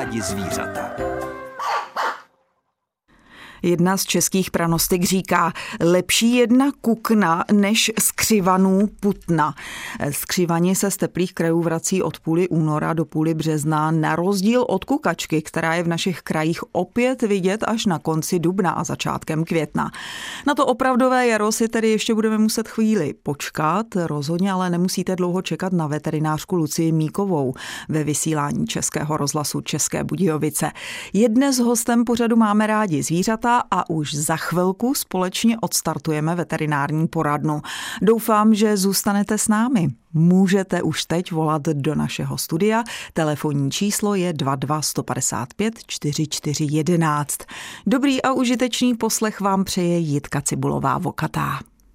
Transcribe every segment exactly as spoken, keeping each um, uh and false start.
rádi zvířata. Jedna z českých pranostik říká, lepší jedna kukna než skřivanů putna. Skřivani se z teplých krajů vrací od půly února do půly března, na rozdíl od kukačky, která je v našich krajích opět vidět až na konci dubna a začátkem května. Na to opravdové jaro si tedy ještě budeme muset chvíli počkat, rozhodně ale nemusíte dlouho čekat na veterinářku Lucii Míkovou ve vysílání Českého rozhlasu České Budějovice. Je dnes hostem pořadu Máme rádi zvířata a už za chvilku společně odstartujeme veterinární poradnu. Doufám, že zůstanete s námi. Můžete už teď volat do našeho studia. Telefonní číslo je dva dva jedna pět pět čtyři čtyři jedna jedna. Dobrý a užitečný poslech vám přeje Jitka Cibulová-Vokatá.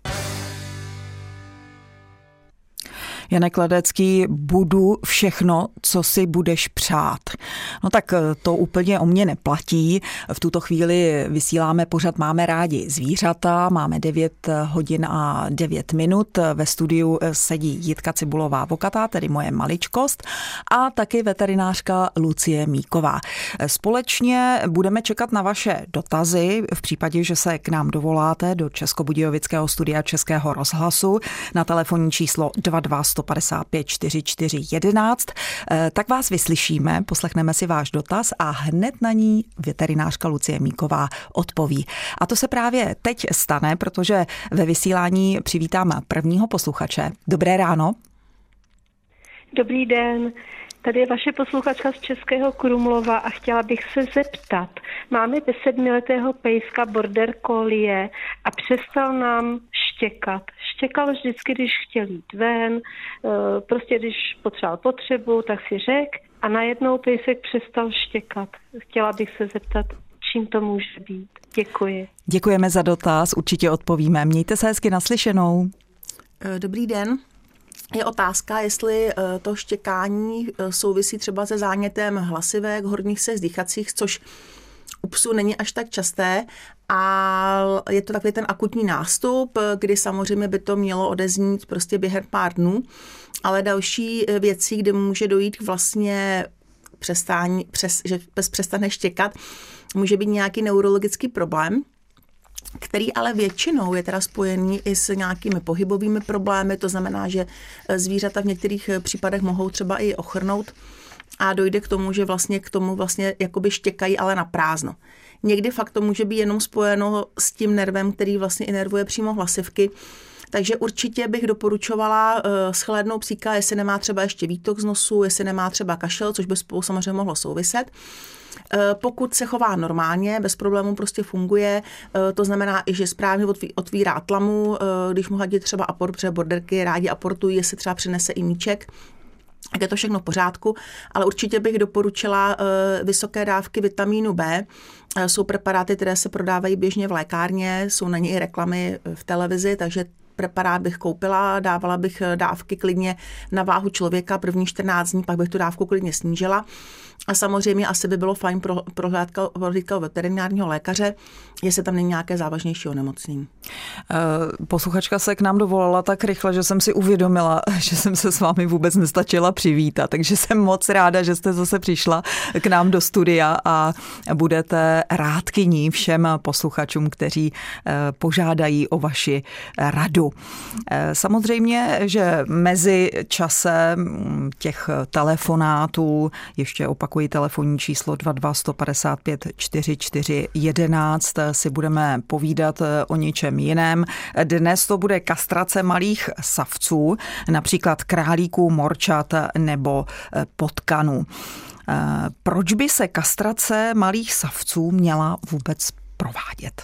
Janek Ledecký, budu všechno, co si budeš přát. No tak to úplně o mě neplatí. V tuto chvíli vysíláme pořad Máme rádi zvířata. Máme devět hodin a devět minut. Ve studiu sedí Jitka Cibulová-Vokatá, tedy moje maličkost, a taky veterinářka Lucie Míková. Společně budeme čekat na vaše dotazy v případě, že se k nám dovoláte do Českobudějovického studia Českého rozhlasu na telefonní číslo dva dva jedna pět pět čtyři čtyři jedna jedna. Tak vás vyslyšíme, poslechneme si váš dotaz a hned na ní veterinářka Lucie Míková odpoví. A to se právě teď stane, protože ve vysílání přivítám prvního posluchače. Dobré ráno. Dobrý den. Tady je vaše posluchačka z Českého Krumlova a chtěla bych se zeptat. Máme desetimiletého pejska border collie a přestal nám štěkat. Štěkal vždycky, když chtěl jít ven, prostě když potřeboval potřebu, tak si řekl a najednou pejsek přestal štěkat. Chtěla bych se zeptat, čím to může být. Děkuji. Děkujeme za dotaz, určitě odpovíme. Mějte se hezky naslyšenou. Dobrý den. Je otázka, jestli to štěkání souvisí třeba se zánětem hlasivek, horních cest dýchacích, což u psů není až tak časté, a je to takový ten akutní nástup, kdy samozřejmě by to mělo odeznít prostě během pár dnů, ale další věcí, kde může dojít vlastně přestání, přes, že pes přestane štěkat, může být nějaký neurologický problém, který ale většinou je teda spojený i s nějakými pohybovými problémy, to znamená, že zvířata v některých případech mohou třeba i ochrnout a dojde k tomu, že vlastně k tomu vlastně jakoby štěkají, ale na prázdno. Někdy fakt to může být jenom spojeno s tím nervem, který vlastně inervuje přímo hlasivky, takže určitě bych doporučovala uh, shlédnout psíka, jestli nemá třeba ještě výtok z nosu, jestli nemá třeba kašel, což by spolu samozřejmě mohlo souviset. Pokud se chová normálně, bez problémů prostě funguje, to znamená i, že správně otvírá tlamu, když mu hadí třeba aport, protože borderky rádi aportují, jestli třeba přinese i míček, tak je to všechno v pořádku, ale určitě bych doporučila vysoké dávky vitamínu B. Jsou preparáty, které se prodávají běžně v lékárně, jsou na ně i reklamy v televizi, takže preparát bych koupila, dávala bych dávky klidně na váhu člověka první čtrnáct dní, pak bych tu dávku klidně snížila. A samozřejmě asi by bylo fajn pro, prohlídka veterinárního lékaře, jestli tam není nějaké závažnější onemocnění. Posluchačka se k nám dovolala tak rychle, že jsem si uvědomila, že jsem se s vámi vůbec nestačila přivítat, takže jsem moc ráda, že jste zase přišla k nám do studia a budete rádkyní všem posluchačům, kteří požádají o vaši radu. Samozřejmě, že mezi časem těch telefonátů, ještě opakuji telefonní číslo dva dva jedna pět pět čtyři čtyři jedna jedna, si budeme povídat o něčem jiném. Dnes to bude kastrace malých savců, například králíků, morčat nebo potkanů. Proč by se kastrace malých savců měla vůbec provádět?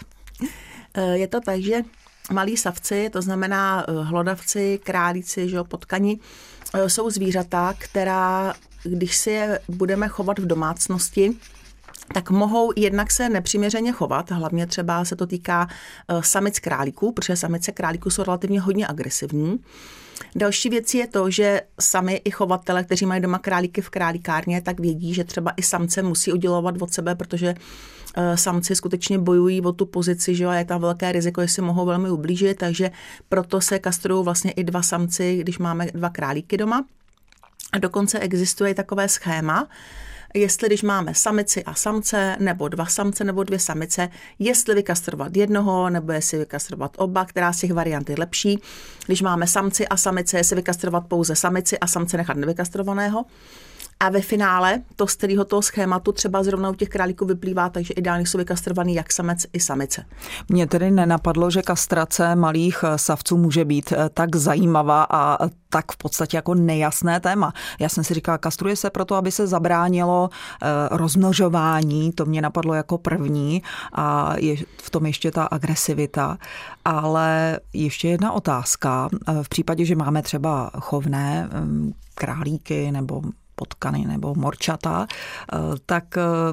Je to tak, že malí savci, to znamená hlodavci, králíci, že jo, potkani, jsou zvířata, která, když si je budeme chovat v domácnosti, tak mohou jednak se nepřiměřeně chovat, hlavně třeba se to týká samic králíků, protože samice králíků jsou relativně hodně agresivní. Další věc je to, že sami i chovatele, kteří mají doma králíky v králíkárně, tak vědí, že třeba i samce musí udělovat od sebe, protože samci skutečně bojují o tu pozici, že jo, a je tam velké riziko, že si mohou velmi ublížit, takže proto se kastrují vlastně i dva samci, když máme dva králíky doma. A dokonce existuje takové schéma, jestli když máme samici a samce, nebo dva samce, nebo dvě samice, jestli vykastrovat jednoho, nebo jestli vykastrovat oba, která z těch variant je lepší. Když máme samci a samice, jestli vykastrovat pouze samici a samce nechat nevykastrovaného. A ve finále to z kterého toho schématu třeba zrovna u těch králíků vyplývá, takže ideálně jsou vykastrovaný jak samec i samice. Mně tedy nenapadlo, že kastrace malých savců může být tak zajímavá a tak v podstatě jako nejasné téma. Já jsem si říkala, kastruje se proto, aby se zabránilo rozmnožování, to mě napadlo jako první a je v tom ještě ta agresivita. Ale ještě jedna otázka. V případě, že máme třeba chovné králíky nebo potkany nebo morčata, tak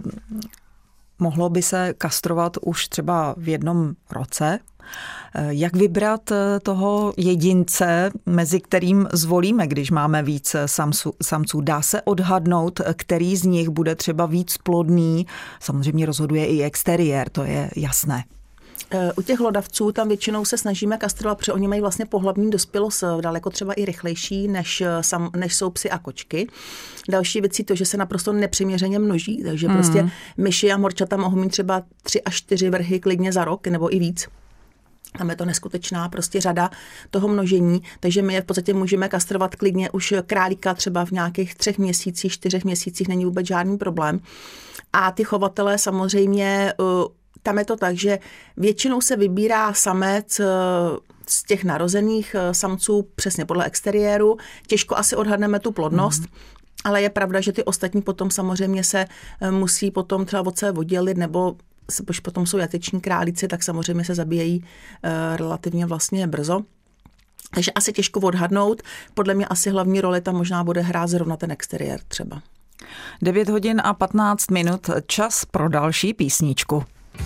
mohlo by se kastrovat už třeba v jednom roce. Jak vybrat toho jedince, mezi kterým zvolíme, když máme víc samců, samců? Dá se odhadnout, který z nich bude třeba víc plodný? Samozřejmě rozhoduje i exteriér, to je jasné. U těch hlodavců tam většinou se snažíme kastrovat, protože oni mají vlastně pohlavní dospělost daleko třeba i rychlejší, než, sam, než jsou psy a kočky. Další věcí to, že se naprosto nepřiměřeně množí, takže mm. prostě myši a morčata mohou mít třeba tři až čtyři vrhy klidně za rok, nebo i víc. Tam je to neskutečná prostě řada toho množení, takže my je v podstatě můžeme kastrovat klidně už králíka třeba v nějakých třech měsících, čtyřech měsících, není vůbec žádný problém. A ty chovatelé samozřejmě tam je to tak, že většinou se vybírá samec z těch narozených samců přesně podle exteriéru. Těžko asi odhadneme tu plodnost, mm. ale je pravda, že ty ostatní potom samozřejmě se musí potom třeba od sebe oddělit, nebo když potom jsou jateční králíci, tak samozřejmě se zabíjejí relativně vlastně brzo. Takže asi těžko odhadnout. Podle mě asi hlavní roli tam možná bude hrát zrovna ten exteriér třeba. devět hodin a patnáct minut, čas pro další písničku.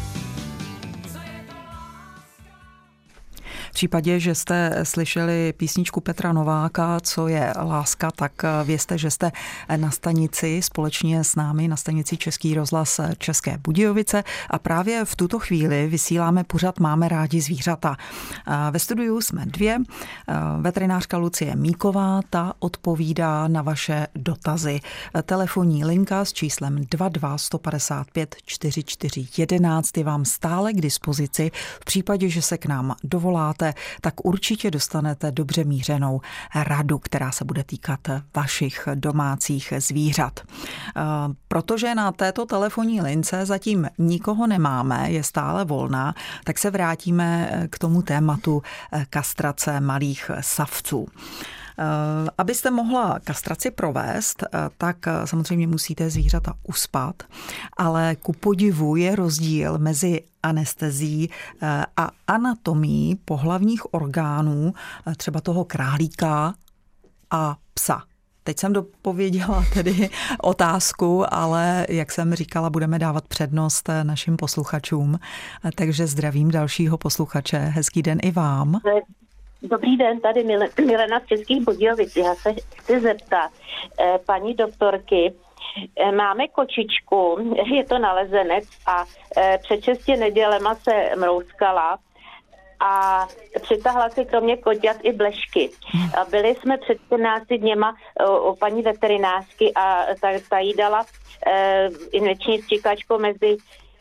V případě, že jste slyšeli písničku Petra Nováka, Co je láska, tak vězte, že jste na stanici společně s námi, na stanici Český rozhlas České Budějovice a právě v tuto chvíli vysíláme pořad Máme rádi zvířata. Ve studiu jsme dvě, veterinářka Lucie Míková, ta odpovídá na vaše dotazy. Telefonní linka s číslem dva dva jedna pět pět čtyři čtyři jedenáct je vám stále k dispozici. V případě, že se k nám dovoláte, tak určitě dostanete dobře mířenou radu, která se bude týkat vašich domácích zvířat. Protože na této telefonní lince zatím nikoho nemáme, je stále volná, tak se vrátíme k tomu tématu kastrace malých savců. Abyste mohla kastraci provést, tak samozřejmě musíte zvířata uspat, ale ku podivu je rozdíl mezi anestezií a anatomií pohlavních orgánů, třeba toho králíka a psa. Teď jsem dopověděla tedy otázku, ale jak jsem říkala, budeme dávat přednost našim posluchačům, takže zdravím dalšího posluchače. Hezký den i vám. Dobrý den, tady Milena z Českých Budějovic. Já se chci zeptat eh, paní doktorky, eh, máme kočičku, je to nalezenec a eh, před šesti nedělema se mrouskala a přitahla si kromě koťat i blešky. A byli jsme před čtrnácti dněma u paní veterinářky a ta, ta jí dala eh, injekční stříkačku mezi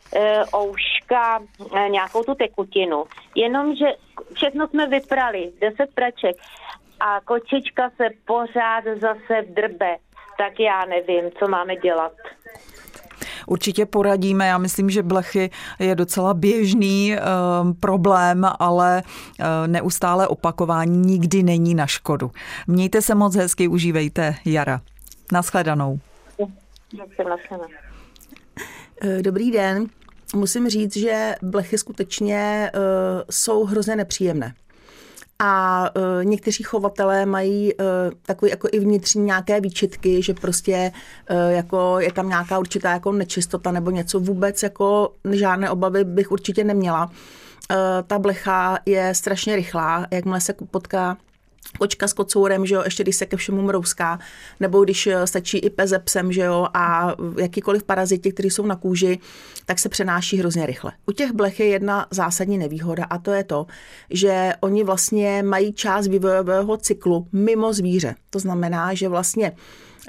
ouška, nějakou tu tekutinu. Jenomže všechno jsme vyprali, deset praček a kočička se pořád zase drbe. Tak já nevím, co máme dělat. Určitě poradíme. Já myslím, že blechy je docela běžný um, problém, ale uh, neustále opakování nikdy není na škodu. Mějte se moc hezky, užívejte jara. Naschledanou. Dobrý den. Musím říct, že blechy skutečně uh, jsou hrozně nepříjemné. A uh, někteří chovatelé mají uh, takový jako i vnitřní nějaké výčitky, že prostě uh, jako je tam nějaká určitá jako nečistota nebo něco. Vůbec jako žádné obavy bych určitě neměla. Uh, ta blecha je strašně rychlá, jakmile se potká kočka s kocourem, že jo, ještě když se ke všemu mrouská, nebo když stačí i pes se psem, že jo, a jakýkoliv paraziti, kteří jsou na kůži, tak se přenáší hrozně rychle. U těch blech je jedna zásadní nevýhoda a to je to, že oni vlastně mají část vývojového cyklu mimo zvíře. To znamená, že vlastně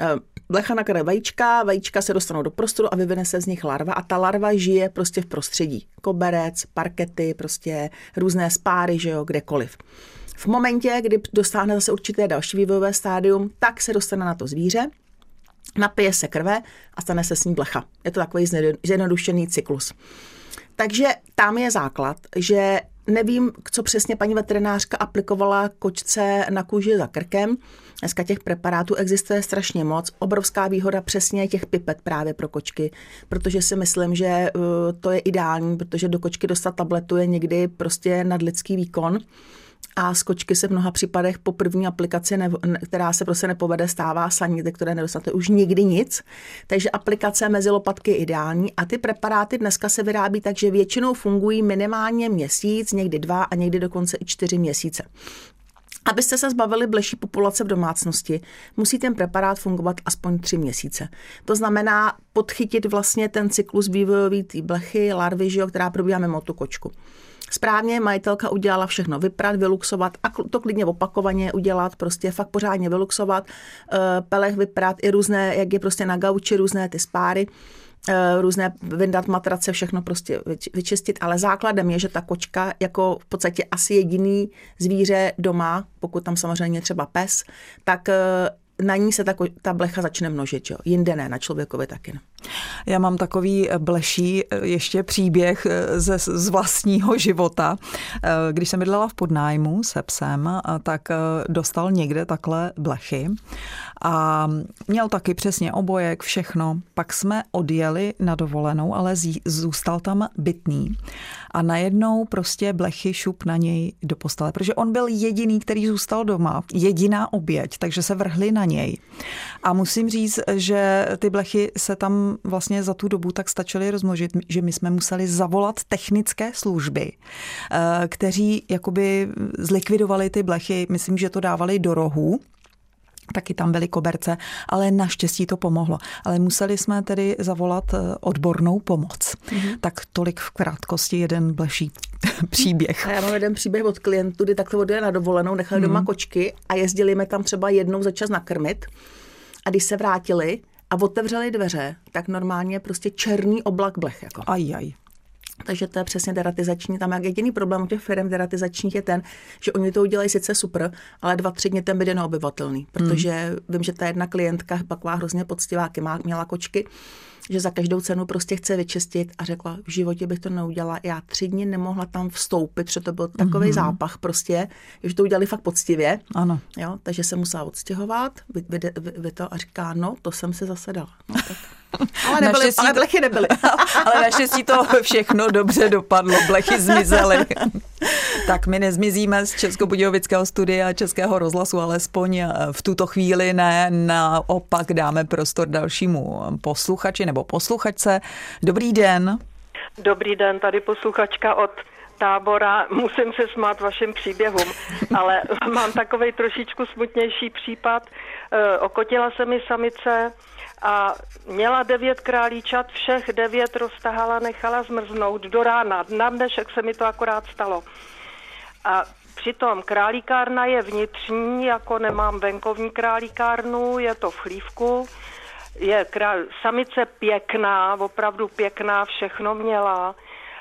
blecha nakryje vajíčka, vajíčka se dostanou do prostoru a vyvine se z nich larva a ta larva žije prostě v prostředí. Koberec, parkety, prostě různé spáry, že jo, kdekoliv. V momentě, kdy dostane zase určité další vývojové stádium, tak se dostane na to zvíře, napije se krve a stane se s ní blecha. Je to takový zjednodušený cyklus. Takže tam je základ, že nevím, co přesně paní veterinářka aplikovala kočce na kůži za krkem. Dneska těch preparátů existuje strašně moc. Obrovská výhoda přesně těch pipet právě pro kočky, protože si myslím, že to je ideální, protože do kočky dostat tabletu je někdy prostě nadlidský výkon. A z kočky se v mnoha případech po první aplikaci, ne, která se prostě nepovede, stává sanity, které nedostanete už nikdy nic. Takže aplikace mezi lopatky je ideální a ty preparáty dneska se vyrábí tak, že většinou fungují minimálně měsíc, někdy dva a někdy dokonce i čtyři měsíce. Abyste se zbavili bleší populace v domácnosti, musí ten preparát fungovat aspoň tři měsíce. To znamená podchytit vlastně ten cyklus vývojový té blechy, larvy, že jo, která probíhá mimo tu kočku. Správně majitelka udělala všechno, vyprat, vyluxovat a to klidně opakovaně udělat, prostě fakt pořádně vyluxovat, pelech vyprat i různé, jak je prostě na gauči, různé ty spáry, různé vyndat matrace, všechno prostě vyčistit, ale základem je, že ta kočka jako v podstatě asi jediný zvíře doma, pokud tam samozřejmě třeba pes, tak na ní se ta, ta blecha začne množit, jo. Jinde ne, na člověkovi taky ne. Já mám takový bleší ještě příběh ze, z vlastního života. Když jsem bydlela v podnájmu se psem, tak dostal někde takhle blechy a měl taky přesně obojek, všechno. Pak jsme odjeli na dovolenou, ale zůstal tam bytný. A najednou prostě blechy šup na něj do postele, protože on byl jediný, který zůstal doma, jediná oběť, takže se vrhli na něj. A musím říct, že ty blechy se tam vlastně za tu dobu tak stačily rozmnožit, že my jsme museli zavolat technické služby, kteří jakoby zlikvidovali ty blechy, myslím, že to dávali do rohu. Taky tam byly koberce, ale naštěstí to pomohlo. Ale museli jsme tedy zavolat odbornou pomoc. Mm-hmm. Tak tolik v krátkosti jeden bleší příběh. A já mám jeden příběh od klientů, kdy takhle odjeli na dovolenou, nechali mm. doma kočky a jezdili mi tam třeba jednou za čas nakrmit. A když se vrátili a otevřeli dveře, tak normálně prostě černý oblak blech. Jako. Aj, aj. Takže to je přesně deratizační. Tam jak jediný problém u těch firm deratizačních je ten, že oni to udělají sice super, ale dva, tři dny ten byt je neobyvatelný. Protože mm. vím, že ta jedna klientka, taková hrozně poctivá, měla kočky, že za každou cenu prostě chce vyčistit a řekla, v životě bych to neudělala. Já tři dny nemohla tam vstoupit, protože to byl takový mm-hmm. zápach prostě, že to udělali fakt poctivě. Ano. Jo, takže se musela odstěhovat, vy, vy, vy, vy to a říká, no, to jsem si zase dala. No, tak. Ale, nebyly, ale blechy nebyly. Ale naštěstí to všechno dobře dopadlo, blechy zmizely. Tak my nezmizíme z Českobudějovického studia Českého rozhlasu, alespoň v tuto chvíli ne, naopak dáme prostor dalšímu posluchači nebo posluchačce. Dobrý den. Dobrý den, tady posluchačka od Tábora. Musím se smát vašim příběhům, ale mám takovej trošičku smutnější případ. Okotila se mi samice a měla devět králíčat, všech devět roztahala, nechala zmrznout do rána. Na dnešek se mi to akorát stalo. A přitom králíkárna je vnitřní, jako nemám venkovní králíkárnu, je to v chlívku. Je král, samice pěkná, opravdu pěkná, všechno měla.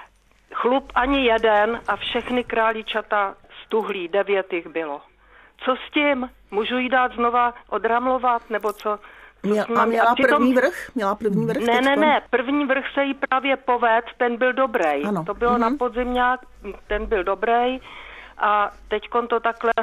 Chlup ani jeden a všechny králíčata stuhlí, devět jich bylo. Co s tím? Můžu jí dát znova odramlovat, nebo co? Měla, a měla a přitom, první vrch? Měla první vrch? Ne, ne, ne, první vrch se jí právě poved, ten byl dobrý. Ano. To bylo mm-hmm. na podzimňák, ten byl dobrý a teďkon to takhle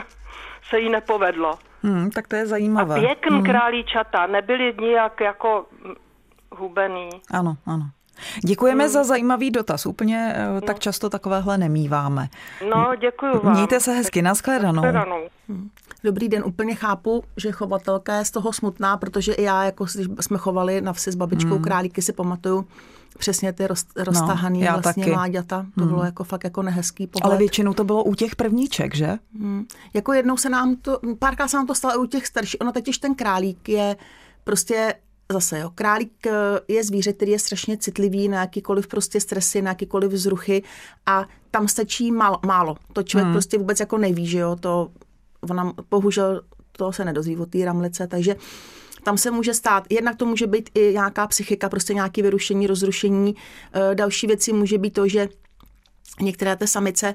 se jí nepovedlo. Hmm, tak to je zajímavé. A pěkný hmm. králíčata, nebyly nijak jako hubený. Ano, ano. Děkujeme hmm. za zajímavý dotaz. Úplně no. tak často takovéhle nemíváme. No, děkuju vám. Mějte se hezky, nashledanou. Hmm. Dobrý den, úplně chápu, že chovatelka je z toho smutná, protože i já, jako když jsme chovali na vsi s babičkou hmm. králíky, si pamatuju přesně ty roz, roztahaný no, vlastně taky. Mláďata. To hmm. bylo jako fakt jako nehezký pohled. Ale většinou to bylo u těch prvníček, že? Hmm. Jako jednou se nám to, párkrát se nám to stalo i u těch starších. Ono totiž ten králík je prostě zase, jo, králík je zvíře, který je strašně citlivý na jakýkoliv prostě stresy, na jakýkoliv vzruchy a tam stačí málo. málo. To člověk hmm. prostě vůbec jako neví, že jo, to ona bohužel to se nedozví od té ramlice, takže Tam se může stát, jednak to může být i nějaká psychika, prostě nějaké vyrušení, rozrušení. Další věci může být to, že některé té samice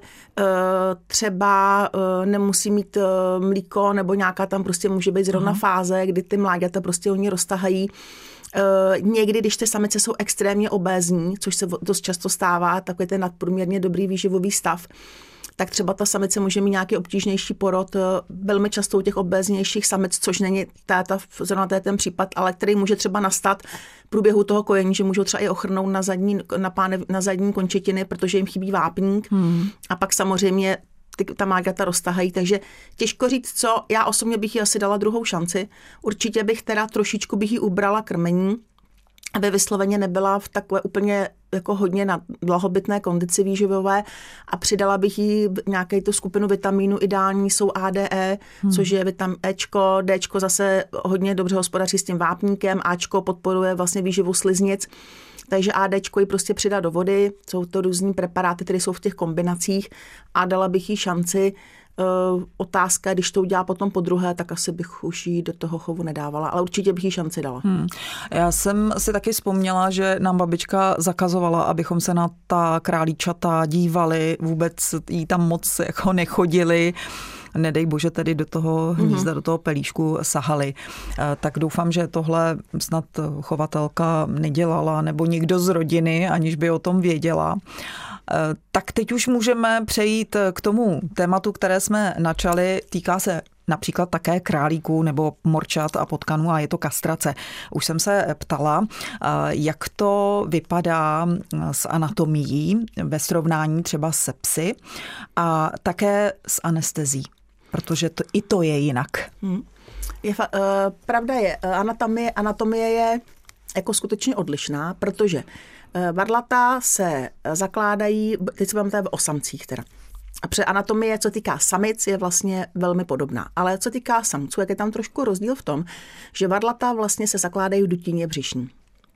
třeba nemusí mít mlíko, nebo nějaká tam prostě může být zrovna uh-huh. fáze, kdy ty mláďata prostě oni roztahají. Někdy, když ty samice jsou extrémně obézní, což se dost často stává, takový ten nadprůměrně dobrý výživový stav, tak třeba ta samice může mít nějaký obtížnější porod, velmi často u těch obéznějších samic, což není táta, zrovna ten případ, ale který může třeba nastat v průběhu toho kojení, že můžou třeba i ochrnout na zadní, na, páne, na zadní končetiny, protože jim chybí vápník. Hmm. A pak samozřejmě ty, ta mláďata roztahají, takže těžko říct, co. Já osobně bych jí asi dala druhou šanci. Určitě bych teda trošičku bych jí ubrala krmení, aby vysloveně nebyla v takové úplně jako hodně na blahobytné kondici výživové a přidala bych jí nějakou tu skupinu vitamínů, ideální jsou A D E, hmm. což je vitamin Ečko, Dčko zase hodně dobře hospodaří s tím vápníkem, Ačko podporuje vlastně výživu sliznic, takže A Dčko ji prostě přidá do vody, jsou to různý preparáty, které jsou v těch kombinacích a dala bych jí šanci. Uh, otázka, když to udělá potom po druhé, tak asi bych už jí do toho chovu nedávala, ale určitě bych jí šanci dala. Hmm. Já jsem si taky vzpomněla, že nám babička zakazovala, abychom se na ta králíčata dívali, vůbec jí tam moc jako nechodili, nedej bože tedy do toho hnízda, mm-hmm. do toho pelíšku sahali. Tak doufám, že tohle snad chovatelka nedělala, nebo někdo z rodiny, aniž by o tom věděla. Tak teď už můžeme přejít k tomu tématu, které jsme načali. Týká se například také králíků nebo morčat a potkanů a je to kastrace. Už jsem se ptala, jak to vypadá s anatomií ve srovnání třeba se psy a také s anestezí, protože to, i to je jinak. Hmm. Je, uh, pravda je, anatomie, anatomie je jako skutečně odlišná, protože varlata se zakládají, teď se budeme o samcích teda. A při anatomie, co týká samic, je vlastně velmi podobná. Ale co týká samců, jak je tam trošku rozdíl v tom, že varlata vlastně se zakládají v dutině břišní.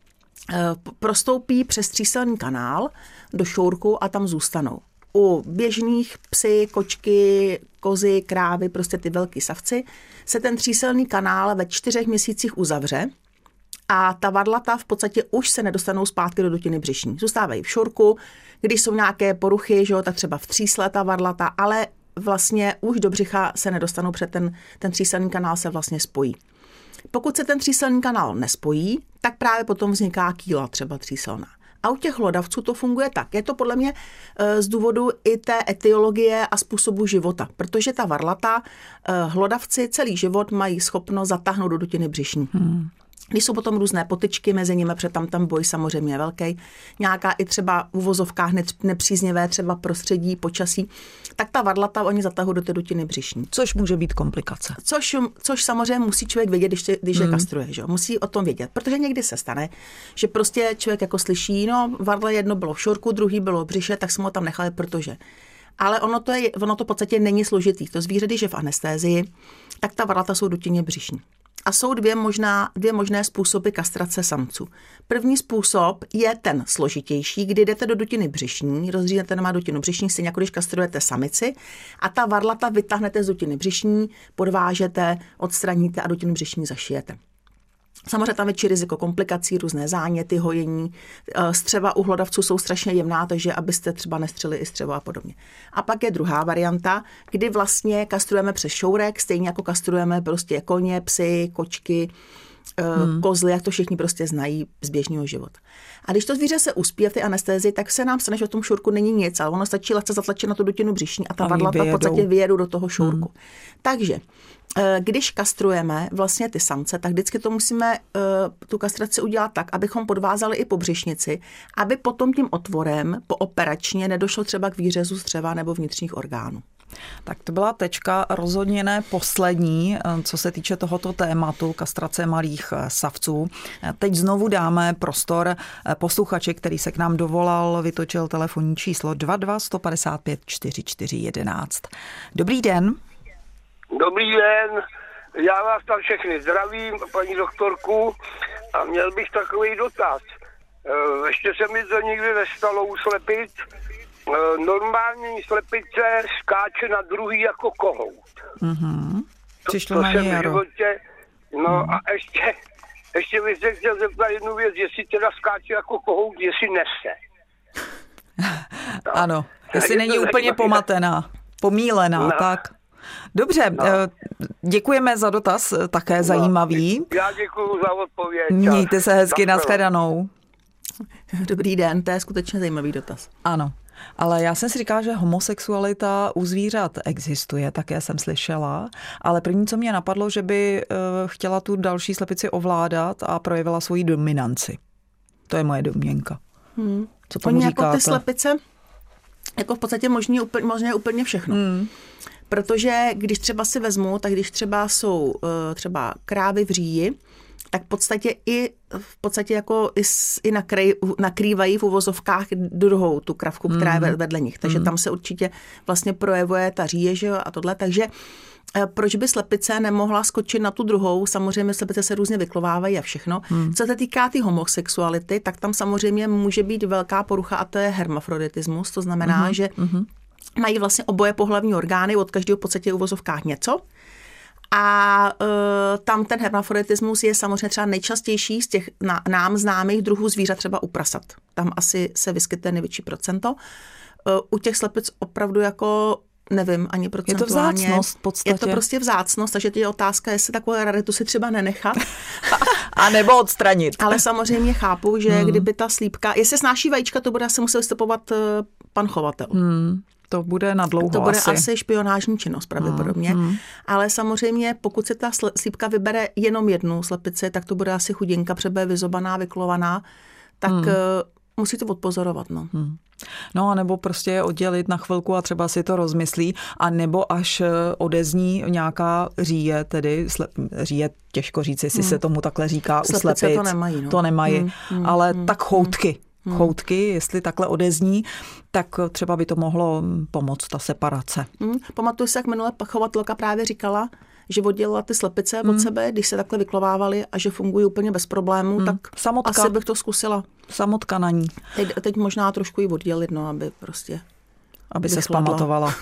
Prostoupí přes tříselný kanál do šourku a tam zůstanou. U běžných psy, kočky, kozy, krávy, prostě ty velký savci, se ten tříselný kanál ve čtyřech měsících uzavře a ta varlata v podstatě už se nedostanou zpátky do dutiny břišní. Zůstávají v šurku, když jsou nějaké poruchy, že jo, tak třeba vtřísle ta varlata, ale vlastně už do břicha se nedostanou, před ten, ten tříselný kanál se vlastně spojí. Pokud se ten tříselný kanál nespojí, tak právě potom vzniká kýla třeba tříselná. A u těch hlodavců to funguje tak. Je to podle mě z důvodu i té etiologie a způsobu života, protože ta varlata, hlodavci celý život mají schopnost zatáhnout do dutiny břišní. Hmm. Když jsou potom různé potyčky mezi nimi, protože tam ten boj samozřejmě je velký, nějaká i třeba v uvozovkách nepříznivé třeba prostředí, počasí, tak ta varlata oni zatahují do té dutiny břišní. Což může být komplikace. Což, což samozřejmě musí člověk vědět, když, tě, když mm. je kastruje. Že? Musí o tom vědět, protože někdy se stane, že prostě člověk jako slyší, no varle jedno bylo v šorku, druhý bylo v břiše, tak jsme ho tam nechali, protože... Ale ono to, je, ono to v podstatě není složitý. To zvíře, když je v anestézii, tak ta varlata jsou v dutině břišní. A jsou dvě, možná, dvě možné způsoby kastrace samců. První způsob je ten složitější, kdy jdete do dutiny břišní, rozříznete nemá dutinu břišní, stejně jako když kastrujete samici, a ta varlata vytáhnete z dutiny břišní, podvážete, odstraníte a dutinu břišní zašijete. Samozřejmě tam větší riziko komplikací, různé záněty, hojení. Střeva u hlodavců jsou strašně jemná, takže abyste třeba nestřeli i střevo a podobně. A pak je druhá varianta, kdy vlastně kastrujeme přes šourek, stejně jako kastrujeme prostě koně, psy, kočky, hmm. kozly, jak to všichni prostě znají z běžného života. A když to zvíře se uspí v té anestézii, tak se nám stane, že v tom šourku není nic, ale ono stačí lehce zatlačit na tu dutinu břišní a ta varlata v podstatě vyjedou do toho šourku. Hmm. Takže když kastrujeme vlastně ty samce, tak vždycky to musíme uh, tu kastraci udělat tak, abychom podvázali i po břišnici, aby potom tím otvorem pooperačně nedošlo třeba k výřezu střeva nebo vnitřních orgánů. Tak to byla tečka, rozhodně ne poslední, co se týče tohoto tématu kastrace malých savců. Teď znovu dáme prostor posluchači, který se k nám dovolal, vytočil telefonní číslo dva dva jedna pět pět čtyři čtyři jedenáct. Dobrý den. Dobrý den, já vás tam všechny zdravím, paní doktorku, a měl bych takový dotaz. Ještě se mi to nikdy nestalo uslepit. Normální slepice skáče na druhý jako kohout. Mm-hmm. To, to jsem v životě, No hmm. a ještě, ještě bych se chtěl zeptat jednu věc, jestli teda skáče jako kohout, jestli nese. Ano, jestli není úplně pomatená, pomílená, no. Tak. Dobře, no. Děkujeme za dotaz, také no. zajímavý. Já děkuju za odpověď. Mějte se hezky, nashledanou. Dobrý den, to je skutečně zajímavý dotaz. Ano, ale já jsem si říkala, že homosexualita u zvířat existuje, také jsem slyšela, ale první, co mě napadlo, že by chtěla tu další slepici ovládat a projevila svoji dominanci. To je moje domněnka. Hmm. Co tomu Oni říkáte? Jako ty slepice, jako v podstatě možný, možné úplně všechno. Hmm. Protože když třeba si vezmu, tak když třeba jsou třeba krávy v říji, tak v podstatě i v podstatě jako i, i nakry, nakrývají v uvozovkách druhou tu kravku, která mm. je vedle nich. Takže mm. tam se určitě vlastně projevuje ta říje, že jo, a tohle. Takže proč by slepice nemohla skočit na tu druhou? Samozřejmě slepice se různě vyklovávají a všechno. Mm. Co se týká ty homosexuality, tak tam samozřejmě může být velká porucha a to je hermafroditismus. To znamená, mm. že mm. mají vlastně oboje pohlavní orgány, od každého v podstatě v uvozovkách něco. A e, tam ten hermafroditismus je samozřejmě třeba nejčastější z těch na, nám známých druhů zvířat, třeba u prasat. Tam asi se vyskytne největší procento. E, u těch slepic opravdu jako nevím ani procentuálně. Je to vzácnost v podstatě. Je to prostě vzácnost, takže je otázka, jestli takovou raritu si třeba nenechat. A nebo odstranit. Ale samozřejmě chápu, že hmm. kdyby ta slípka, jestli snáší vajíčka, to bude asi muset vystupovat pan chovatel. Hmm. To bude na dlouho To bude asi. asi špionážní činnost pravděpodobně. Hmm. Ale samozřejmě, pokud si ta slípka vybere jenom jednu slepici, tak to bude asi chudinka, přebe vyzobaná, vyklovaná, tak hmm. musí to odpozorovat. No. Hmm. No a nebo prostě je oddělit na chvilku a třeba si to rozmyslí, a nebo až odezní nějaká říje, tedy slep, říje, těžko říct, jestli hmm. se tomu takhle říká slepice u slepic. to nemají. No. To nemají, hmm. Hmm. ale hmm. tak choutky. Hmm. choutky, jestli takhle odezní, tak třeba by to mohlo pomoct, ta separace. Hmm. Pamatuju si, jak minule chovatelka právě říkala, že oddělila ty slepice hmm. od sebe, když se takhle vyklovávaly a že fungují úplně bez problémů, hmm. tak Samotka. Asi bych to zkusila. Samotka na ní. Teď, teď možná trošku ji oddělit, no, aby prostě... Aby se vzpamatovala.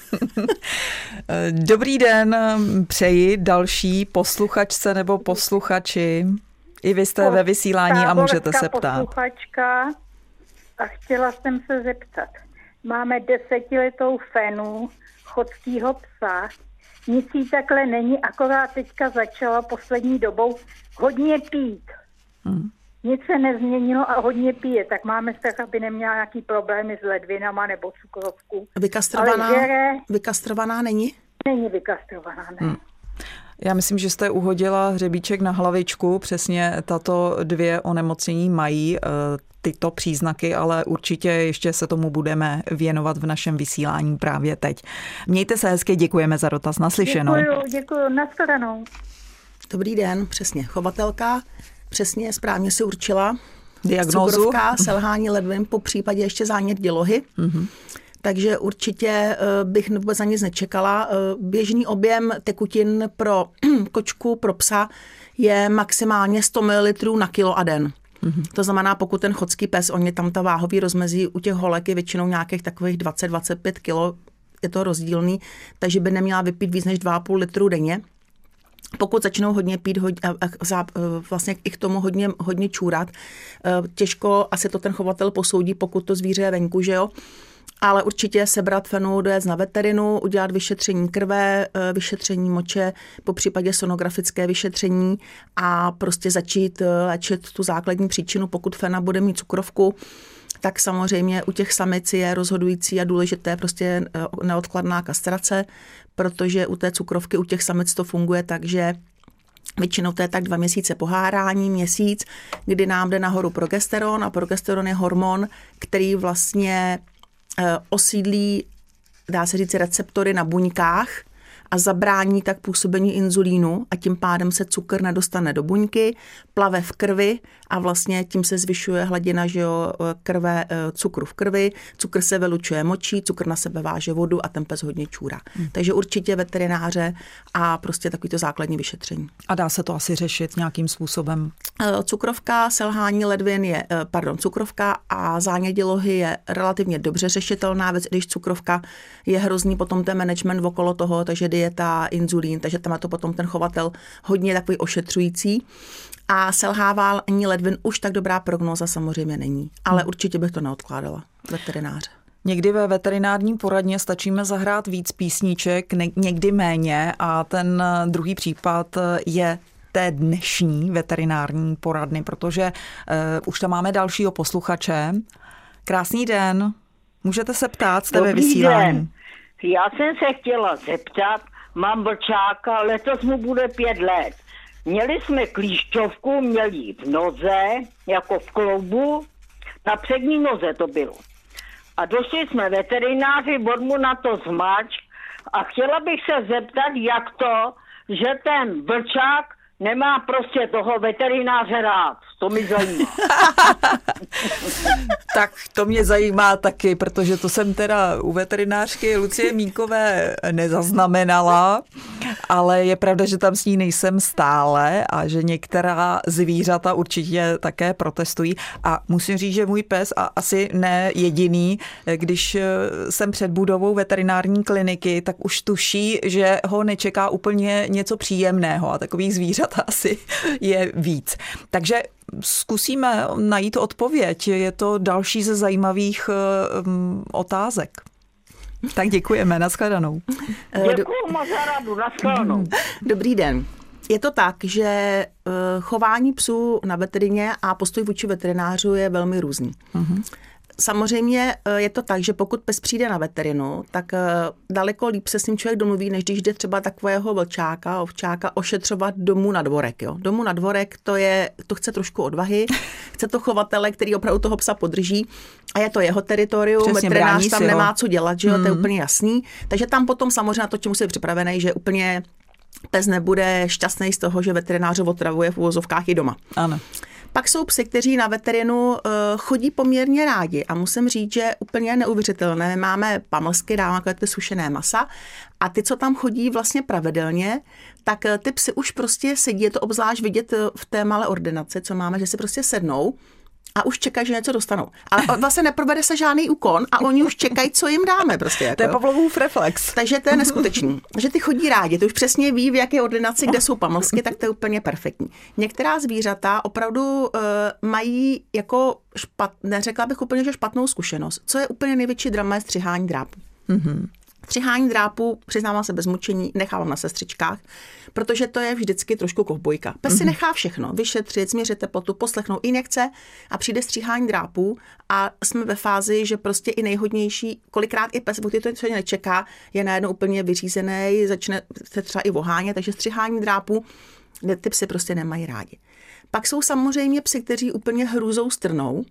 Dobrý den, přeji další posluchačce nebo posluchači. I vy jste ve vysílání a můžete se ptát. Posluchačka a chtěla jsem se zeptat. Máme desetiletou Fenu, chodskýho psa. Nic jí takhle není, akorát teďka začala poslední dobou hodně pít. Hmm. Nic se nezměnilo a hodně pije, tak máme strach, aby neměla nějaký problémy s ledvinama nebo cukrovku. Vykastrovaná, žere... vykastrovaná není? Není vykastrovaná, ne. Hmm. Já myslím, že jste uhodila hřebíček na hlavičku. Přesně tato dvě onemocnění mají tyto příznaky, ale určitě ještě se tomu budeme věnovat v našem vysílání právě teď. Mějte se hezky, děkujeme za dotaz. Naslyšenou. Děkuju, děkuju, nashledanou. Dobrý den, přesně. Chovatelka přesně správně si určila diagnózu. Cukrovka, selhání ledvin, po případě ještě zánět dělohy. Mm-hmm. Takže určitě bych vůbec za nic nečekala. Běžný objem tekutin pro kočku, pro psa je maximálně sto mililitrů na kilo a den. Mm-hmm. To znamená, pokud ten chodský pes, on je tam ta váhový rozmezí u těch holek je většinou nějakých takových dvacet až dvacet pět kilo, je to rozdílný, takže by neměla vypít víc než dva a půl litru denně. Pokud začnou hodně pít hodně, a vlastně i k tomu hodně, hodně čůrat, těžko asi to ten chovatel posoudí, pokud to zvíře je venku, že jo. Ale určitě sebrat Fenu, dojet na veterinu, udělat vyšetření krve, vyšetření moče, po případě sonografické vyšetření a prostě začít léčit tu základní příčinu. Pokud Fena bude mít cukrovku, tak samozřejmě u těch samic je rozhodující a důležité prostě neodkladná kastrace, protože u té cukrovky, u těch samic to funguje tak, že většinou to je tak dva měsíce pohárání, měsíc, kdy nám jde nahoru progesteron a progesteron je hormon, který vlastně osídlí, dá se říct, receptory na buňkách a zabrání tak působení inzulínu a tím pádem se cukr nedostane do buňky, plave v krvi a vlastně tím se zvyšuje hladina, že jo, krve, cukru v krvi, cukr se vylučuje močí, cukr na sebe váže vodu a ten pes hodně čůrá. Hmm. Takže určitě veterináře a prostě takovýto základní vyšetření. A dá se to asi řešit nějakým způsobem? Cukrovka, selhání ledvin je, pardon, cukrovka a zánět dělohy je relativně dobře řešitelná věc, když cukrovka je hrozný, potom ten management okolo toho, takže dieta, inzulín, takže tam je to potom ten chovatel hodně takový ošetřující. A selhávání ledvin už tak dobrá prognóza samozřejmě není, ale určitě bych to neodkládala veterináře. Někdy ve veterinárním poradně stačíme zahrát víc písniček, někdy méně a ten druhý případ je té dnešní veterinární poradny, protože uh, už tam máme dalšího posluchače. Krásný den, můžete se ptát, jste ve vysílání. Den. Já jsem se chtěla zeptat, mám vlčáka, letos mu bude pět let. Měli jsme klíšťovku, měli ji v noze, jako v kloubu, na přední noze to bylo. A došli jsme veterináři, bod mu na to zmač a chtěla bych se zeptat, jak to, že ten vlčák nemá prostě toho veterináře rád. To mi zajímá. Tak to mě zajímá taky, protože to jsem teda u veterinářky Lucie Mínkové nezaznamenala, ale je pravda, že tam s ní nejsem stále a že některá zvířata určitě také protestují. A musím říct, že můj pes, a asi ne jediný, když jsem před budovou veterinární kliniky, tak už tuší, že ho nečeká úplně něco příjemného a takových zvířat asi je víc. Takže zkusíme najít odpověď. Je to další ze zajímavých um, otázek. Tak děkujeme, nashledanou. Děkuju moc za radu, nashledanou. Dobrý den. Je to tak, že chování psů na veterině a postoj vůči veterinářu je velmi různý. Uh-huh. Samozřejmě je to tak, že pokud pes přijde na veterinu, tak daleko líp se s ním člověk domluví, než když jde třeba takového vlčáka, ovčáka ošetřovat domů na dvorek. Jo. Domů na dvorek to, je, to chce trošku odvahy, chce to chovatele, který opravdu toho psa podrží a je to jeho teritorium, přesně, veterinář tam nemá ho. co dělat, že jo, mm. to je úplně jasný. Takže tam potom samozřejmě na to, čemu se je připravený, že úplně pes nebude šťastný z toho, že veterinář otravuje v uvozovkách i doma. Ano. Pak jsou psy, kteří na veterinu chodí poměrně rádi a musím říct, že úplně neuvěřitelné. My máme pamlsky, dáváme ty sušené masa a ty, co tam chodí vlastně pravidelně, tak ty psy už prostě sedí, je to obzvlášť vidět v té malé ordinaci, co máme, že si prostě sednou a už čekají, že něco dostanou. Ale vlastně neprovede se žádný úkon a oni už čekají, co jim dáme. Prostě, jako. To je Pavlovův reflex. Takže to je neskutečný. Že ty chodí rádi, to už přesně ví, v jaké ordinaci, kde jsou pamlsky, tak to je úplně perfektní. Některá zvířata opravdu uh, mají jako špat, neřekla bych úplně, že špatnou zkušenost. Co je úplně největší drama je střihání drápů. Mm-hmm. Střihání drápů, přiznávám se bez mučení, nechávám na sestřičkách, protože to je vždycky trošku kovbojka. Pes si nechá všechno, vyšetřit, změřit teplotu, poslechnout injekce a přijde stříhání drápů a jsme ve fázi, že prostě i nejhodnější, kolikrát i pes, pokud to třeba nečeká, je najednou úplně vyřízený, začne se třeba i ohánět, takže stříhání drápů ty psy prostě nemají rádi. Pak jsou samozřejmě psy, kteří úplně hrůzou strnou.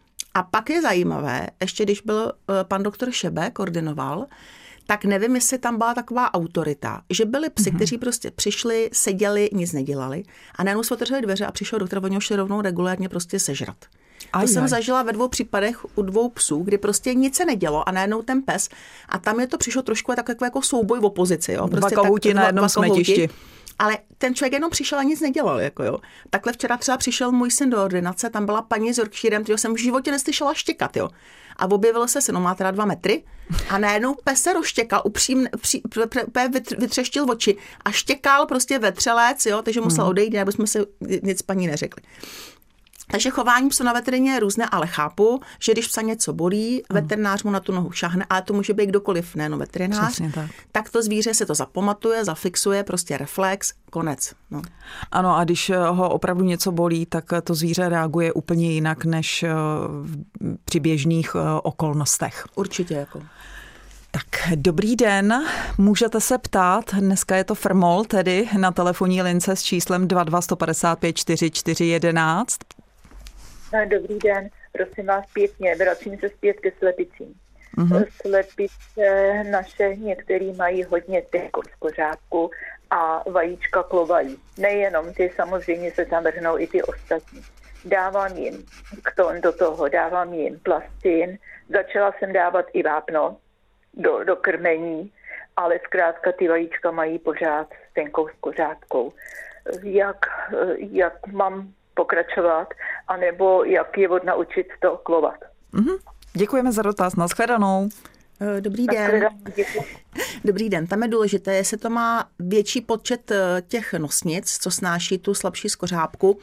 A pak je zajímavé, ještě když byl pan doktor Šebe, koordinoval, tak nevím, jestli tam byla taková autorita, že byli psy, mm-hmm. kteří prostě přišli, seděli, nic nedělali a najednou se otevřeli dveře a přišel doktor, oni šli rovnou regulérně prostě sežrat. Aj, to jsem aj. zažila ve dvou případech u dvou psů, kdy prostě nic se nedělo a najednou ten pes a tam je to přišlo trošku takový jako souboj v opozici. Jo? Prostě dva kohouti na jednom smetišti. Ale ten člověk jenom přišel a nic nedělal. Jako jo. Takhle včera třeba přišel můj syn do ordinace, tam byla paní s Yorkshirem, kterého jsem v životě neslyšela štěkat. Jo. A objevil se syn, má teda dva metry a najednou pes se rozštěkal, upřím, upří, vytřeštil oči a štěkal prostě vetřelec, jo, takže musel odejít, aby jsme se nic paní neřekli. Takže chování psa na veterině je různé, ale chápu, že když psa něco bolí, veterinář mu na tu nohu šáhne, ale to může být kdokoliv, nejenom veterinář, tak. tak to zvíře se to zapamatuje, zafixuje, prostě reflex, konec. No. Ano, a když ho opravdu něco bolí, tak to zvíře reaguje úplně jinak, než při běžných okolnostech. Určitě jako. Tak, dobrý den, můžete se ptát, dneska je to Frmol, tedy na telefonní lince s číslem dva dva jedna pět pět čtyři čtyři jedenáct. Dobrý den, prosím vás pěkně, vracím se zpět ke slepicím. Uh-huh. Slepice naše některý mají hodně tenkou skořápku a vajíčka klovají. Nejenom ty, samozřejmě se tam vrhnou i ty ostatní. Dávám jim k tomu, do toho, dávám jim plastin, začala jsem dávat i vápno do, do krmení, ale zkrátka ty vajíčka mají pořád s tenkou skořápkou. Jak, jak mám pokračovat, anebo jak je odnaučit to klovat. Mm-hmm. Děkujeme za dotaz. Nashledanou. Dobrý den. Dobrý den, tam je důležité, jestli to má větší počet těch nosnic, co snáší tu slabší skořápku.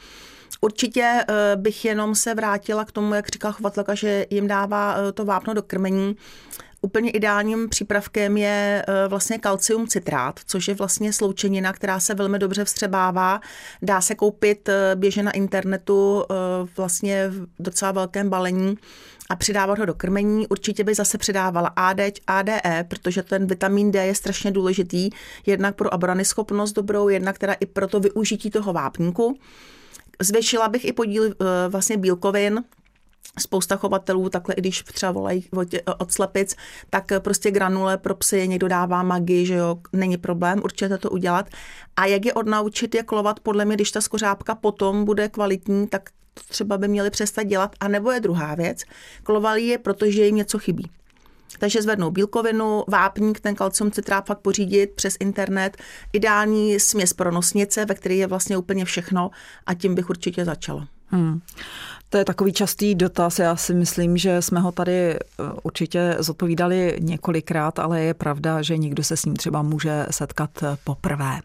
Určitě bych jenom se vrátila k tomu, jak říkala chovatelka, že jim dává to vápno do krmení. Úplně ideálním přípravkem je vlastně kalcium citrát, což je vlastně sloučenina, která se velmi dobře vstřebává. Dá se koupit běžně na internetu vlastně v docela velkém balení a přidávat ho do krmení. Určitě by zase přidávala A D, A D E, protože ten vitamin D je strašně důležitý, jednak pro obranyschopnost dobrou, jednak teda i pro to využití toho vápníku. Zvětšila bych i podíl vlastně bílkovin. Spousta chovatelů, takhle i když třeba volají od slepic, tak prostě granule pro psy někdo dává magi, že jo, není problém, určitě to udělat. A jak je odnaučit je klovat, podle mě, když ta skořápka potom bude kvalitní, tak to třeba by měli přestat dělat. A nebo je druhá věc, klovali je, protože jim něco chybí. Takže zvednou bílkovinu, vápník, ten kalcium citrát fakt pořídit přes internet, ideální směs pro nosnice, ve které je vlastně úplně všechno a tím bych určitě začala. Hmm. To je takový častý dotaz. Já si myslím, že jsme ho tady určitě zodpovídali několikrát, ale je pravda, že někdo se s ním třeba může setkat poprvé.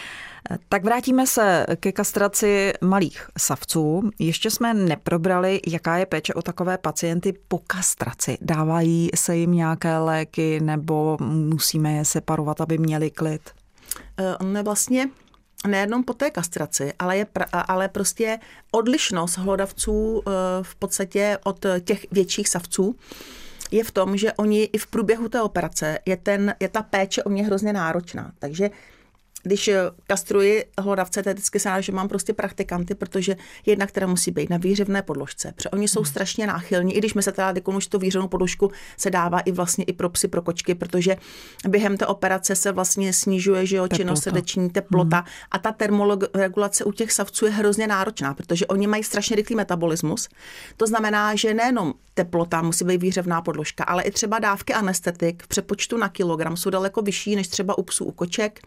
Tak vrátíme se ke kastraci malých savců. Ještě jsme neprobrali, jaká je péče o takové pacienty po kastraci. Dávají se jim nějaké léky nebo musíme je separovat, aby měli klid? On je vlastně nejenom po té kastraci, ale, je, ale prostě odlišnost hlodavců v podstatě od těch větších savců je v tom, že oni i v průběhu té operace je, ten, je ta péče o ně hrozně náročná. Takže když kastruji hlodavce, to je vždycky se, že mám prostě praktikanty, protože jedna, která musí být na výhřevné podložce, protože oni jsou hmm. strašně náchylní, i když my se teda už tu výhřevnou podložku se dává i vlastně i pro psy, pro kočky, protože během té operace se vlastně snižuje, že jo, činnost srdeční, teplota hmm. a ta termoregulace u těch savců je hrozně náročná, protože oni mají strašně rychlý metabolismus. To znamená, že nejenom teplota musí být výhřevná podložka, ale i třeba dávky anestetik v přepočtu na kilogram jsou daleko vyšší než třeba u psů, u koček.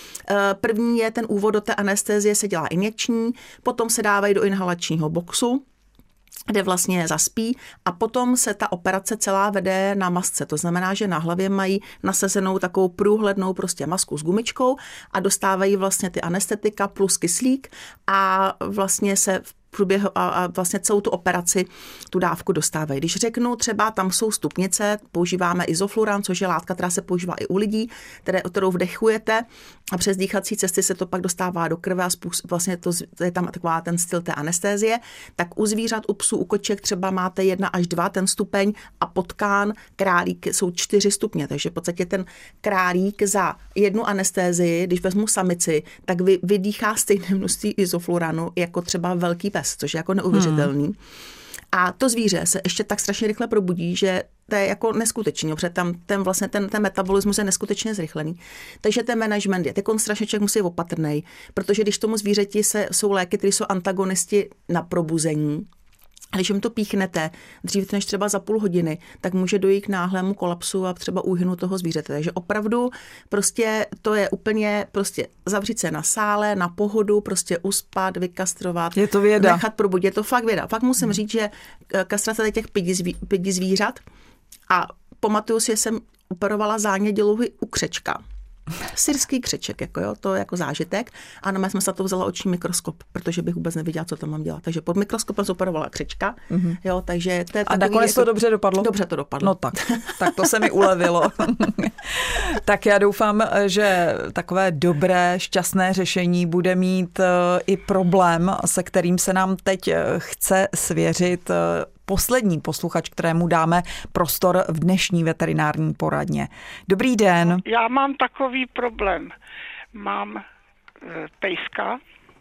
První je ten úvod do té anestezie, se dělá injekční, potom se dávají do inhalačního boxu, kde vlastně zaspí a potom se ta operace celá vede na masce. To znamená, že na hlavě mají nasazenou takovou průhlednou prostě masku s gumičkou a dostávají vlastně ty anestetika plus kyslík a vlastně se v průběhu a, a vlastně celou tu operaci, tu dávku dostávají. Když řeknu, třeba tam jsou stupnice, používáme izofluran, což je látka, která se používá i u lidí, které, kterou vdechujete a přes dýchací cesty se to pak dostává do krve a způsob, vlastně to, to je tam taková ten styl té anestézie. Tak u zvířat, u psů, u koček třeba máte jedna až dva ten stupeň a potkán, králík jsou čtyři stupně, takže v podstatě ten králík za jednu anestézii, když vezmu samici, tak vy, vydýchá stejné množství izofluranu jako třeba velký pes, což je jako neuvěřitelný. Hmm. A to zvíře se ještě tak strašně rychle probudí, že to je jako neskutečný, protože tam ten, vlastně ten, ten metabolismus je neskutečně zrychlený. Takže ten management je, teď strašně člověk musí být opatrný, protože když tomu zvířeti se, jsou léky, které jsou antagonisti na probuzení, a když jim to píchnete dřív než třeba za půl hodiny, tak může dojít k náhlému kolapsu a třeba úhynu toho zvířete. Takže opravdu prostě to je úplně prostě zavřít se na sále, na pohodu, prostě uspat, vykastrovat, je to věda. Nechat probudit. Je to fakt věda. Fakt musím hmm. říct, že kastrace těch pěti, zví, pěti zvířat a pamatuju si, že jsem operovala zánět dělohy u křečka. Syrský křeček, jako jo, to je jako zážitek. A na mě jsem se to vzala oční mikroskop, protože bych vůbec nevěděla, co tam mám dělat. Takže pod mikroskopem operovala křečka, mm-hmm. jo, takže to je a nakonec to jako, dobře dopadlo? Dobře to dopadlo. No tak, tak to se mi ulevilo. Tak já doufám, že takové dobré, šťastné řešení bude mít i problém, se kterým se nám teď chce svěřit poslední posluchač, kterému dáme prostor v dnešní veterinární poradně. Dobrý den. Já mám takový problém. Mám e, pejska,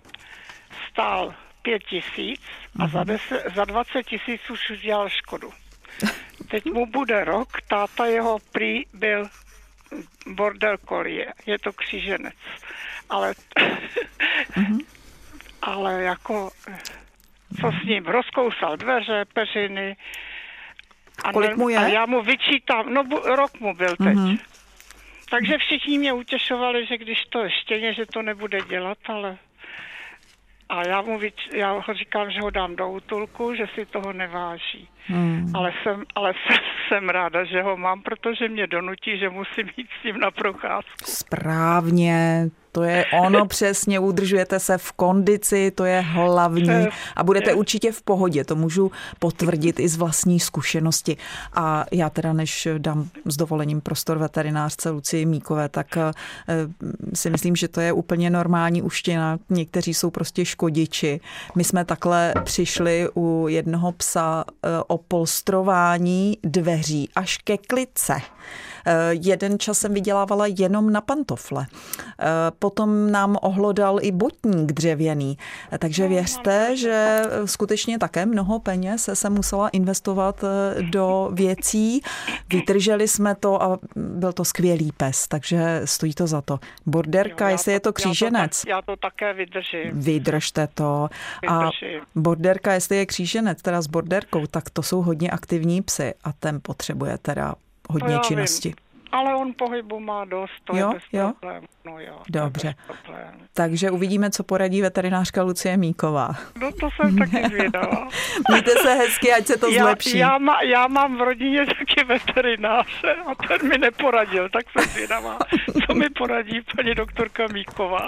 stál pět tisíc a za, deset, za dvacet tisíc už udělal škodu. Teď mu bude rok, táta jeho prý byl border collie, je to kříženec. Ale, mm-hmm. ale jako... co s ním, rozkousal dveře, peřiny. A, kolik mu je? A já mu vyčítám, no rok mu byl teď. Mm-hmm. Takže všichni mě utěšovali, že když to štěně, že to nebude dělat, ale, A já mu vyč, já ho říkám, že ho dám do útulku, že si toho neváží. Hmm. Ale, jsem, ale jsem, jsem ráda, že ho mám, protože mě donutí, že musím jít s ním na procházku. Správně, to je ono přesně, udržujete se v kondici, to je hlavní a budete určitě v pohodě, to můžu potvrdit i z vlastní zkušenosti. A já teda, než dám s dovolením prostor veterinářce Lucii Míkové, tak si myslím, že to je úplně normální uština. Někteří jsou prostě škodiči. My jsme takhle přišli u jednoho psa o polstrování dveří až ke klice. Jeden čas jsem vydělávala jenom na pantofle. Potom nám ohlodal i botník dřevěný. Takže věřte, že skutečně také mnoho peněz se musela investovat do věcí. Vydrželi jsme to a byl to skvělý pes, takže stojí to za to. Borderka, jo, jestli to, je to kříženec. Já to, já to také vydržím. Vydržte to. Vydržím. A borderka, jestli je kříženec, teda s borderkou, tak to jsou hodně aktivní psy a ten potřebuje teda hodně činnosti. Vím. Ale on pohybu má dost, to jo, je bez jo? problémů. No jo, dobře. Takže uvidíme, co poradí veterinářka Lucie Míková. No to jsem taky zvědavá. Mějte se hezky, ať se to já, zlepší. Já, má, já mám v rodině taky veterináře a ten mi neporadil, tak jsem zvědavá, co mi poradí paní doktorka Míková.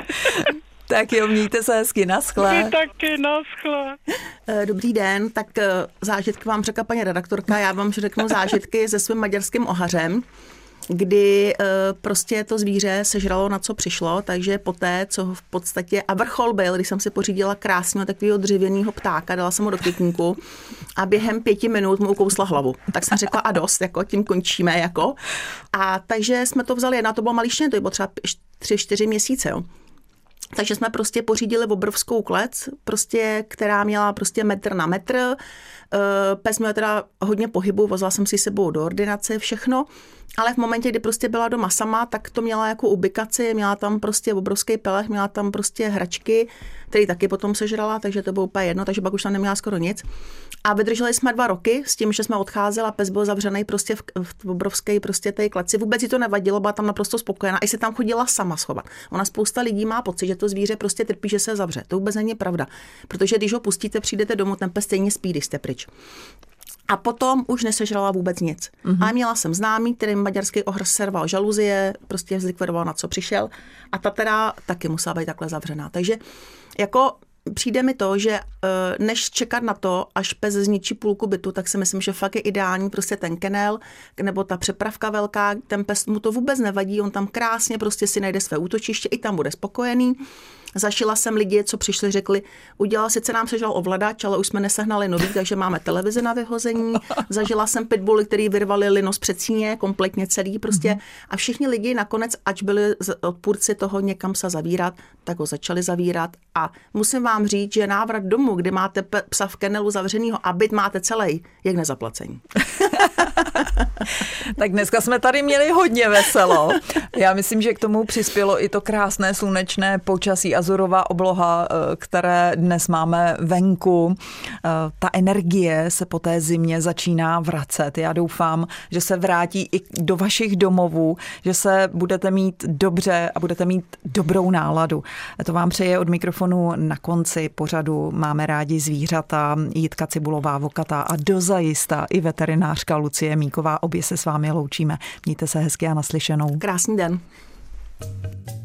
Tak jo, mějte se hezky, naschle. Vy taky, naschle. Dobrý den, tak zážitky vám řekla paní redaktorka, já vám řeknu zážitky se svým maďarským ohařem, kdy prostě to zvíře sežralo, na co přišlo, takže poté, co v podstatě, a vrchol byl, když jsem si pořídila krásného takového dřevěného ptáka, dala jsem ho do květníku a během pěti minut mu ukousla hlavu. Tak jsem řekla a dost, jako tím končíme, jako. A takže jsme to vzali, na to bylo maličně, to bylo třeba tři, čtyři měsíce, jo. Takže jsme prostě pořídili obrovskou klec, prostě, která měla prostě metr na metr. Pes měl teda hodně pohybu, vozila jsem si sebou do ordinace, všechno. Ale v momentě, kdy prostě byla doma sama, tak to měla jako ubikaci, měla tam prostě obrovský pelech, měla tam prostě hračky, který taky potom sežrala, takže to bylo úplně jedno, takže pak už tam neměla skoro nic. A vydrželi jsme dva roky s tím, že jsme odcházeli a pes byl zavřený prostě v, v obrovské prostě té kleci. Vůbec jí to nevadilo, byla tam naprosto spokojená, i se tam chodila sama schovat. Ona spousta lidí má pocit, že to zvíře prostě trpí, že se zavře. To vůbec není pravda, protože když ho pustíte, přijdete domů, ten pes stejně spí, když jste pryč. A potom už nesežrala vůbec nic. Mm-hmm. A měla jsem známý, který maďarský ohr serval žaluzie, prostě zlikvidoval, na co přišel. A ta teda taky musela být takhle zavřená. Takže jako přijde mi to, že než čekat na to, až pes zničí půlku bytu, tak si myslím, že fakt je ideální prostě ten kennel nebo ta přepravka velká, ten pes mu to vůbec nevadí, on tam krásně prostě si najde své útočiště, i tam bude spokojený. Zašila jsem lidi, co přišli, řekli, udělal, sice nám sežral ovladač, ale už jsme nesehnali nový, takže máme televizi na vyhození. Zažila jsem pitbully, který vyrvali lino z předsíně, kompletně celý prostě. Mm-hmm. A všichni lidi nakonec, ač byli odpůrci toho někam se zavírat, tak ho začali zavírat. A musím vám říct, že návrat domů, kde máte psa v kennelu zavřenýho a byt máte celý, je k nezaplacení. Tak dneska jsme tady měli hodně veselo. Já myslím, že k tomu přispělo i to krásné slunečné počasí, azurová obloha, které dnes máme venku. Ta energie se po té zimě začíná vracet. Já doufám, že se vrátí i do vašich domovů, že se budete mít dobře a budete mít dobrou náladu. To vám přeje od mikrofonu na konci pořadu Máme rádi zvířata Jitka Cibulová-Vokatá a dozajista i veterinářka Lucie Míková. Obě se s vámi loučíme. Mějte se hezky a naslyšenou. Krásný den.